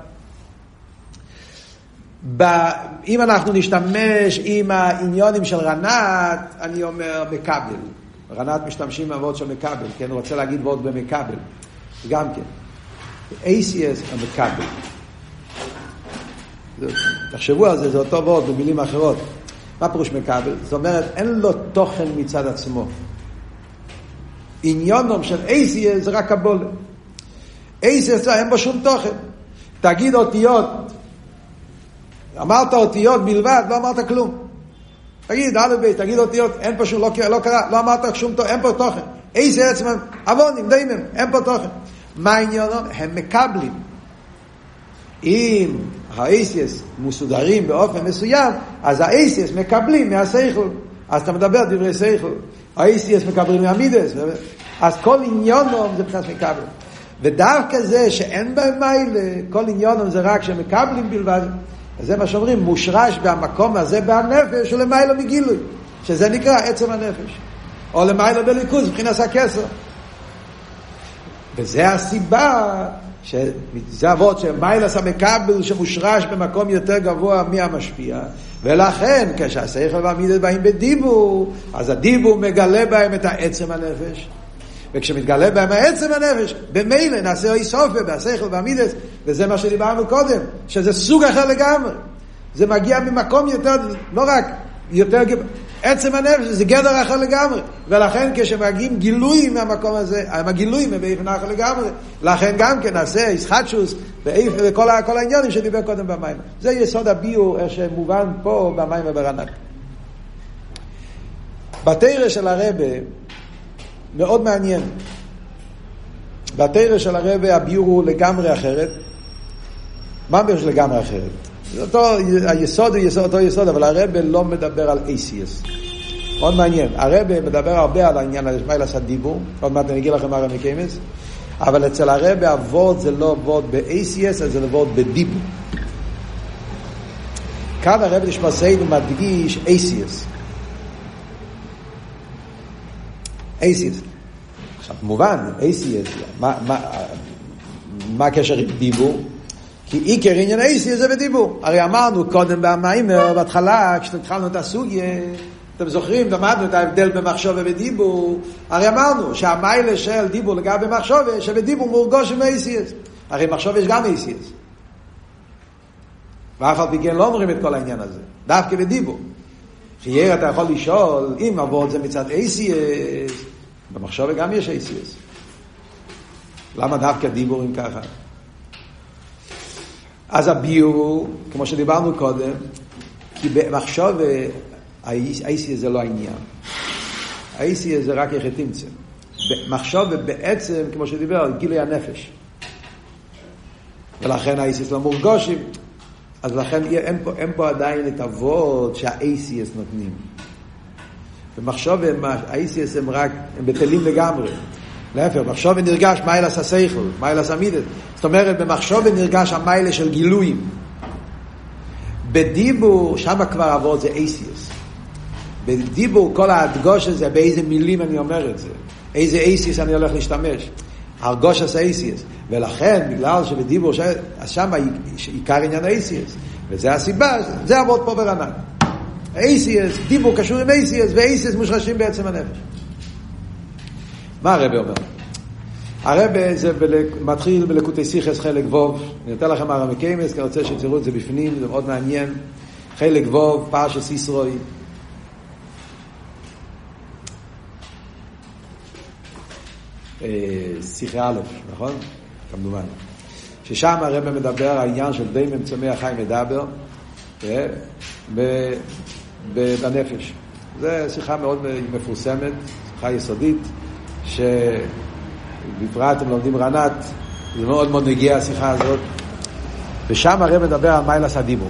אם אנחנו נשתמש עם העניונים של רנת, אני אומר מקבל. רנת משתמשים מהוות של מקבל, כן? הוא רוצה להגיד ווד במקבל. גם כן. אייסיאס המקבל. תחשבו על זה, זה אותו ווד במילים אחרות. מה פירוש מקבל? זאת אומרת, אין לו תוכן מצד עצמו. עניונם של אייסיאס זה רק קבולה. אייסיאס אין בו שום תוכן. תגיד אותיות, אמרת אותיות בלבד, לא אמרת כלום. תגיד, א' ב', תגיד אותיות, אין פה שום, לא, לא קרה, לא אמרת שום תוכן, אין פה תוכן. אייסיאס עצמם, אבונים, דיימם, אין פה תוכן. מה העניין? הם מקבלים. אם האייסיאס מסודרים באופן מסוים, אז האייסיאס מקבלים מהשכל. אז אתה מדבר דברי שכל. האייסיאס מקבלים מהמידס. אז כל עניונם זה בכלל מקבל. ודווקא זה שאין בהם מיילה, כל עניונם זה רק שמקבלים בלבד. זה מה שאומרים, מושרש במקום הזה בנפש, או למיילה מגילוי, שזה נקרא עצם הנפש. או למיילה בליכוז, מבחינת הכסר. וזה הסיבה, שזה אבות שמיילס המקבל שמושרש במקום יותר גבוה מהמשפיע, ולכן כשהשכל והמידס באים בדיבור, אז הדיבור מגלה בהם את העצם הנפש, וכשמתגלה בהם העצם הנפש, במילא נעשה איסופה בהשכל והמידס, וזה מה שדיברנו קודם, שזה סוג אחר לגמרי. זה מגיע ממקום יותר, לא רק יותר, עצם הנפש זה גדר אחר לגמרי, ולכן כשמגיעים גילויים מהמקום הזה, הגילויים הם באיפן אחר לגמרי, לכן גם כן נעשה איסחטשוס וכל כל העניינים שדיבר קודם במים. זה יסוד הביור שמובן פה במים וברנק. בתורה של הרבה מאוד מעניין. בתורה של הרבה הביור הוא לגמרי אחרת. מה ממש לגמרי אחרת? אותו היסוד הוא יסוד, אותו יסוד, אבל הרבה לא מדבר על אייסיאס. מאוד מעניין. הרבה מדבר הרבה על העניין הזה, מה לעשות דיבור. עוד מעט אני אגיד לכם מה רמי קיימס. אבל אצל הרבה הוורד זה לא וורד באייסיאס, זה וורד בדיבור. כאן הרבה נשמע סייד מדגיש אייסיאס. אייסיאס. עכשיו, מובן, אייסיאס, מה, מה, מה הקשר עם דיבור? כי עיקר עניין אייסיאס זה בדיבור. הרי אמרנו קודם במיימר, בהתחלה, כשהתחלנו את הסוגיה, אתם זוכרים, למדנו את ההבדל במחשוב ובדיבור, הרי אמרנו שהמיילה של דיבור לגבי מחשוב, שבדיבור מורגוש עם אייסיאס. הרי מחשוב יש גם אייסיאס. ואף על פי כן לא אומרים את כל העניין הזה, דווקא בדיבור. חייר אתה יכול לשאול, אם עבוד זה מצד אייסיאס, במחשוב גם יש אייסיאס. למה דווקא דיבורים ככה? אז הביור, כמו שדיברנו קודם, כי במחשוב האייסיאס זה לא העניין. האייסיאס זה רק איך תמצא. במחשוב בעצם, כמו שדיבר, גילוי הנפש. ולכן האייסיאס לא מורגושים. אז לכן אין פה, אין פה עדיין את אבות שהאייסיאס נותנים. במחשוב האייסיאס הם רק, הם בטלים לגמרי. להפך, במחשוב נרגש מיילס השכל, מיילס המידס. זאת אומרת, במחשוב נרגש המיילה של גילויים. בדיבור, שם כבר אבות זה אייסיאס. בדיבור, כל ההדגוש הזה, באיזה מילים אני אומר את זה. איזה אייסיאס אני הולך להשתמש. הרגוש עשה אייסיאס. ולכן, בגלל שבדיבור, אז שם עיקר עניין אייסיאס. וזה הסיבה, זה עבוד פה ברנן. אייסיאס, דיבור קשור עם אייסיאס, ואייסיאס מושרשים בעצם הנפש. מה הרב אומר? הרב זה מתחיל בלקוטי שיחס חלק ווב. אני נותן לכם הרמי קיימס, כי אני רוצה שתראו את זה בפנים, זה מאוד מעניין. חלק ווב, פרשת ישרוי. שיחה א', נכון? כמובן. ששם הרב מדבר על העניין של די ממצמי החיים מדבר בנפש. זו שיחה מאוד מפורסמת, שיחה יסודית, שבפרט הם לומדים רנת, זה מאוד מאוד נגיע השיחה הזאת. ושם הרב מדבר על מיילס הדיבור.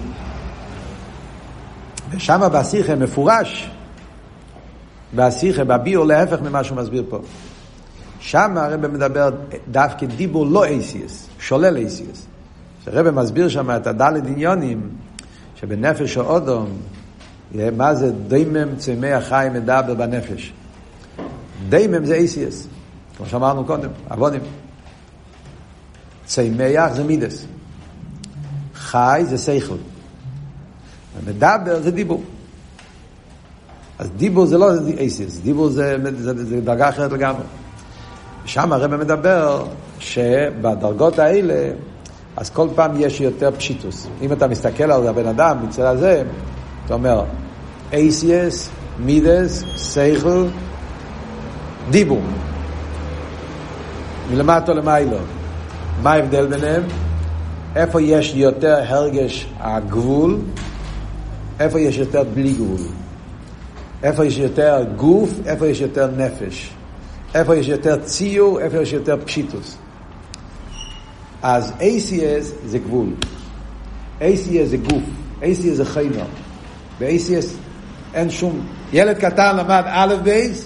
ושם בשיחה מפורש, בשיחה, בביור להפך ממה שהוא מסביר פה. שם הרב מדבר דווקא דיבור לא אייסיאס, שולל אייסיאס. הרב מסביר שם את הדלת עניונים, שבנפש האודום, מה זה דיימם צמא החיים מדבר בנפש. דיימם זה אייסיאס, כמו שאמרנו קודם, אבונים. צמח זה מידס. חי זה שכל. מדבר זה דיבור. אז דיבור זה לא אייסיאס, דיבור זה, זה, זה דרגה אחרת לגמרי. שם הרב מדבר שבדרגות האלה אז כל פעם יש יותר פשיטוס. אם אתה מסתכל על הבן אדם מצד הזה, אתה אומר אייסיאס, מידס, שכל, דיבור מלמטה למיילו. מה ההבדל ביניהם? איפה יש יותר הרגש הגבול, איפה יש יותר בלי גבול, איפה יש יותר גוף, איפה יש יותר נפש, איפה יש יותר ציור, איפה יש יותר פשיטוס. אז איי סי אס זה גבול, איי סי אס זה גוף, איי סי אס זה חיינו. ב-איי סי אס אין שום, ילד קטן למד א' בייס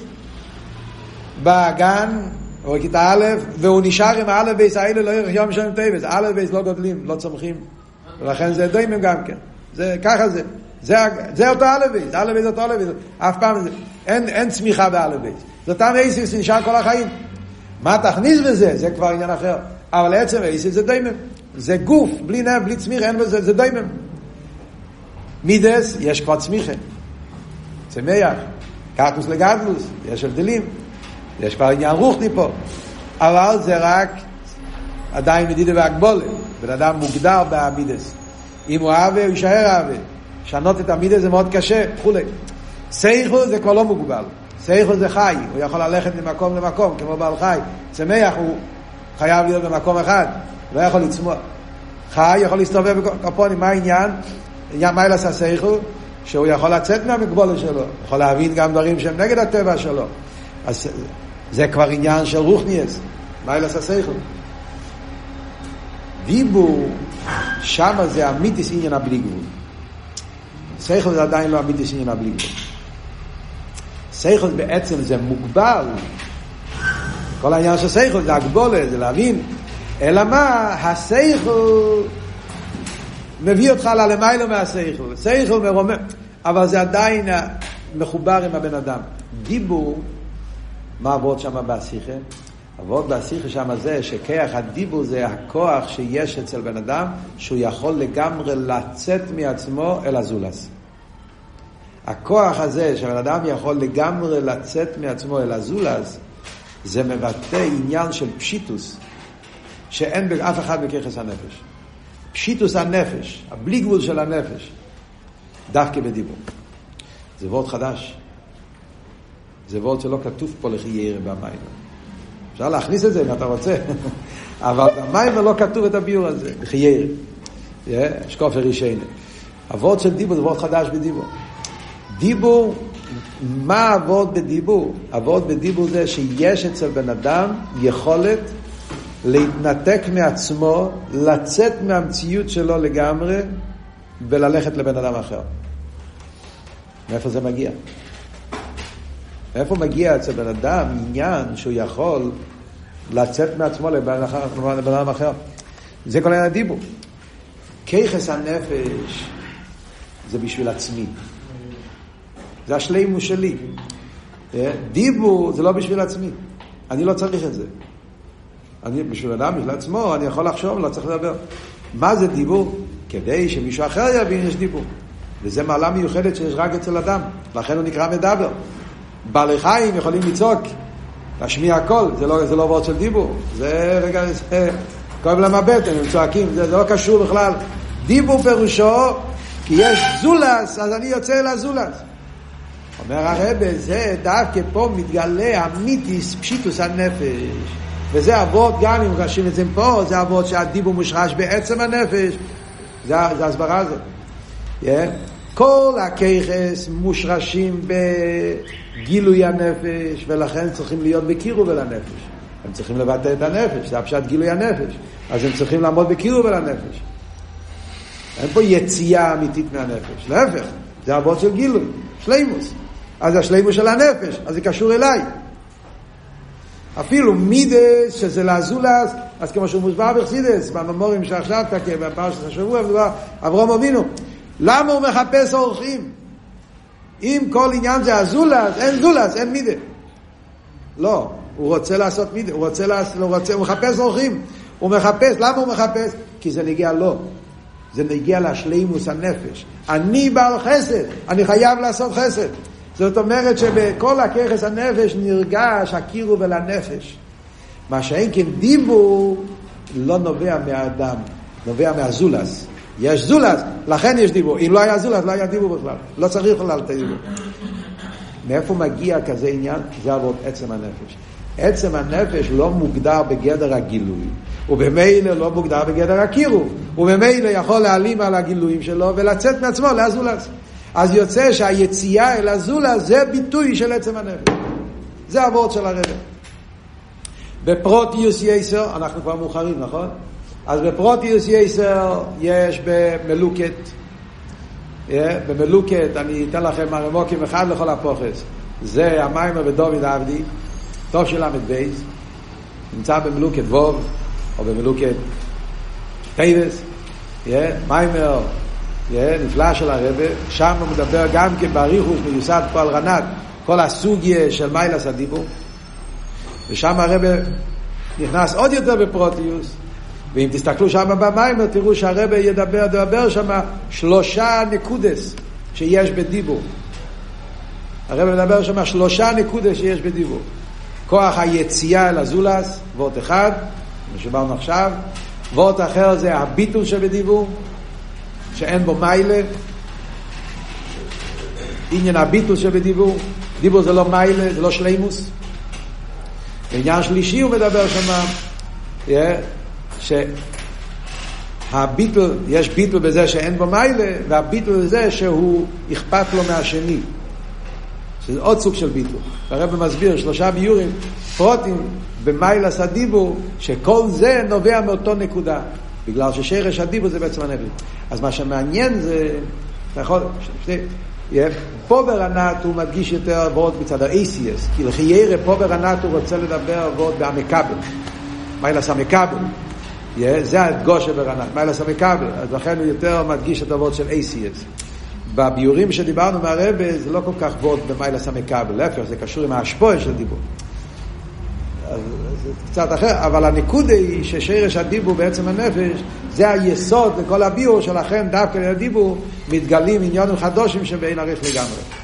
בגן או בכיתה א', והוא נשאר עם א' בייס האלה לא יום שנים טייבס, א' בייס לא גודלים, לא צומחים, ולכן זה דיימים גם כן, זה ככה זה, זה, זה אותו א' בייס, א' בייס אותו א' בייס, אף פעם זה, אין, אין צמיחה בא' בייס, זה אותם איי סי אס נשאר כל החיים. מה תכניס בזה? זה כבר עניין אחר, אבל לעצם איי סי אס זה דיימים, זה גוף, בלי נב, בלי צמיח, אין בזה, זה דיימים. מידס, יש כבר צמיחה, צמח, קרטוס לגדלוס, יש הבדלים, יש כבר עניין רוחני פה, אבל זה רק עדיין מדידה והגבולה. בן אדם מוגדר בעמידס, אם הוא אהבה הוא יישאר אהבה, שנות את עמידס זה מאוד קשה וכולי. סייכו זה כבר לא מוגבל, סייכו זה חי, הוא יכול ללכת ממקום למקום כמו בעל חי. צמח הוא חייב להיות במקום אחד, לא יכול לצמוח. חי יכול להסתובב בקופונים. מה העניין? עניין מה ילעשה סייכו? שהוא יכול לצאת מהמגבולה שלו, יכול להבין גם דברים שהם נגד הטבע שלו. אז זה כבר עניין של רוחניאס, מה ילעשה סייכו? דיבור, שמה זה אמיתיס עניין הבלי גבול. סייכו זה עדיין לא אמיתיס עניין הבלי גבול. סייכו בעצם זה מוגבל. כל העניין של סייכו זה הגבולה, זה להבין. אלא מה? הסייכו מביא אותך ללמיילו מהסייכו. סייכו מרומם, אבל זה עדיין מחובר עם הבן אדם. דיבור, מה עבוד שם בשיחה? עבוד בשיחה שם זה שכח הדיבור זה הכוח שיש אצל בן אדם, שהוא יכול לגמרי לצאת מעצמו אל הזולס. הכוח הזה שבן אדם יכול לגמרי לצאת מעצמו אל הזולס, זה מבטא עניין של פשיטוס, שאין באף אחד בכיחס הנפש. פשיטוס הנפש, הבלי גבול של הנפש, דווקא בדיבור. זה וורט חדש. זה וורט שלא כתוב פה לחייר במים. אפשר להכניס את זה אם אתה רוצה. אבל במים לא כתוב את הביור הזה, לחייר. שקוף הרישיינה. הוורט של דיבור זה וורט חדש בדיבור. דיבור, מה הוורט בדיבור? הוורט בדיבור זה שיש אצל בן אדם יכולת להתנתק מעצמו, לצאת מהמציאות שלו לגמרי וללכת לבן אדם אחר. מאיפה זה מגיע? מאיפה מגיע אצל בן אדם עניין שהוא יכול לצאת מעצמו לבן אדם אחר? זה כל העניין הדיבור. כיחס הנפש זה בשביל עצמי, זה השלימות שלי. דיבור זה לא בשביל עצמי, אני לא צריך את זה. אני בשביל אדם, בשביל עצמו, אני יכול לחשוב, לא צריך לדבר. מה זה דיבור? כדי שמישהו אחר יבין יש דיבור. וזה מעלה מיוחדת שיש רק אצל אדם, לכן הוא נקרא מדבר. בעלי חיים יכולים לצעוק, להשמיע הכל, זה לא, זה לא וורט של דיבור. זה רגע, זה כואב להם הבטן, הם צועקים, זה, זה לא קשור בכלל. דיבור פירושו, כי יש זולס, אז אני יוצא לזולס. אומר הרב, זה דווקא פה מתגלה אמיתיס פשיטוס הנפש. וזה עבוד, גם אם רשים את זה פה, זה עבוד שהדיבור מושרש בעצם הנפש. זה, זה הסברה הזאת. Yeah. כל הכיחס מושרשים בגילוי הנפש, ולכן צריכים להיות בקירוב אל הנפש. הם צריכים לבטא את הנפש, זה הפשט גילוי הנפש. אז הם צריכים לעמוד בקירוב אל הנפש. אין פה יציאה אמיתית מהנפש. להפך, זה עבוד של גילוי, שלימוס. אז השלימוס של הנפש, אז זה קשור אליי. אפילו מידס שזה לעזולס, אז כמו שהוא מוסבר בחסידס, בממורים שעכשיו תקה, בפרשת השבוע, אברהם אבינו, למה הוא מחפש אורחים? אם כל עניין זה הזולס, אין זולס, אין מידה. לא, הוא רוצה לעשות מידה, הוא רוצה, לעשות, הוא, רוצה, הוא מחפש אורחים, הוא מחפש, למה הוא מחפש? כי זה נגיע לו, זה נגיע לשלימוס הנפש. אני בעל חסד, אני חייב לעשות חסד. זאת אומרת שבכל הכיחס הנפש נרגש הקירוב אל הנפש. מה שאין כן דיבור לא נובע מהאדם, נובע מהזולס. יש זולס, לכן יש דיבור. אם לא היה זולס, לא היה דיבור בכלל. לא צריך בכלל את הדיבור. מאיפה מגיע כזה עניין? זה עבוד עצם הנפש. עצם הנפש לא מוגדר בגדר הגילוי. ובמילא לא מוגדר בגדר הקירוב, ובמילא יכול להעלים על הגילויים שלו ולצאת מעצמו לאזולס. אז יוצא שהיציאה אל הזולס זה ביטוי של עצם הנפש. זה העבוד של הרב. בפרוטיוס יסר, אנחנו כבר מאוחרים, נכון? אז בפרוטיוס יסר יש במלוקת, yeah, במלוקת, אני אתן לכם מרמוקים אחד לכל הפוחס. זה המיימר בדוד עבדי, טוב של עמד בייס, נמצא במלוקת ווב, או במלוקת טייבס, yeah, מיימר yeah, נפלא של הרב, שם הוא מדבר גם כבריחוס מיוסד פה על רנת, כל הסוגיה של מיילס הדיבור, ושם הרב נכנס עוד יותר בפרוטיוס, ואם תסתכלו שם במיימר, תראו שהרב ידבר, ידבר שם שלושה נקודס שיש בדיבור. הרב מדבר שם שלושה נקודס שיש בדיבור. כוח היציאה אל הזולס, וort אחד, מה שבאנו עכשיו, וort אחר זה הביטול שבדיבור, שאין בו מיילה, עניין הביטול שבדיבור, דיבור זה לא מיילה, זה לא שלימוס. בעניין שלישי הוא מדבר שם, yeah, שהביטול, יש ביטול בזה שאין בו מיילה, והביטול בזה שהוא אכפת לו מהשני. שזה עוד סוג של ביטול. הרב מסביר שלושה ביורים, פרוטים במיילס הדיבור, שכל זה נובע מאותו נקודה. בגלל ששרש הדיבור זה בעצם הנפש. אז מה שמעניין זה, אתה יכול, שני, פה ברנת הוא מדגיש יותר עבוד בצד ה-איי סי אס, כי לחיירה פה ברנת הוא רוצה לדבר עבוד במקבל, מיילס המקבל, זה הדגוש ברנת, מיילס המקבל, אז לכן הוא יותר מדגיש את עבוד של איי סי אס. בביורים שדיברנו מהרבא זה לא כל כך עבוד במיילס המקבל, להפך, זה קשור עם ההשפוע של דיבור. אז זה קצת אחר, אבל הנקודה היא ששרש הדיבור בעצם הנפש זה היסוד לכל הביור שלכם, דווקא לדיבור מתגלים עניונים חדושים שבין ערך לגמרי.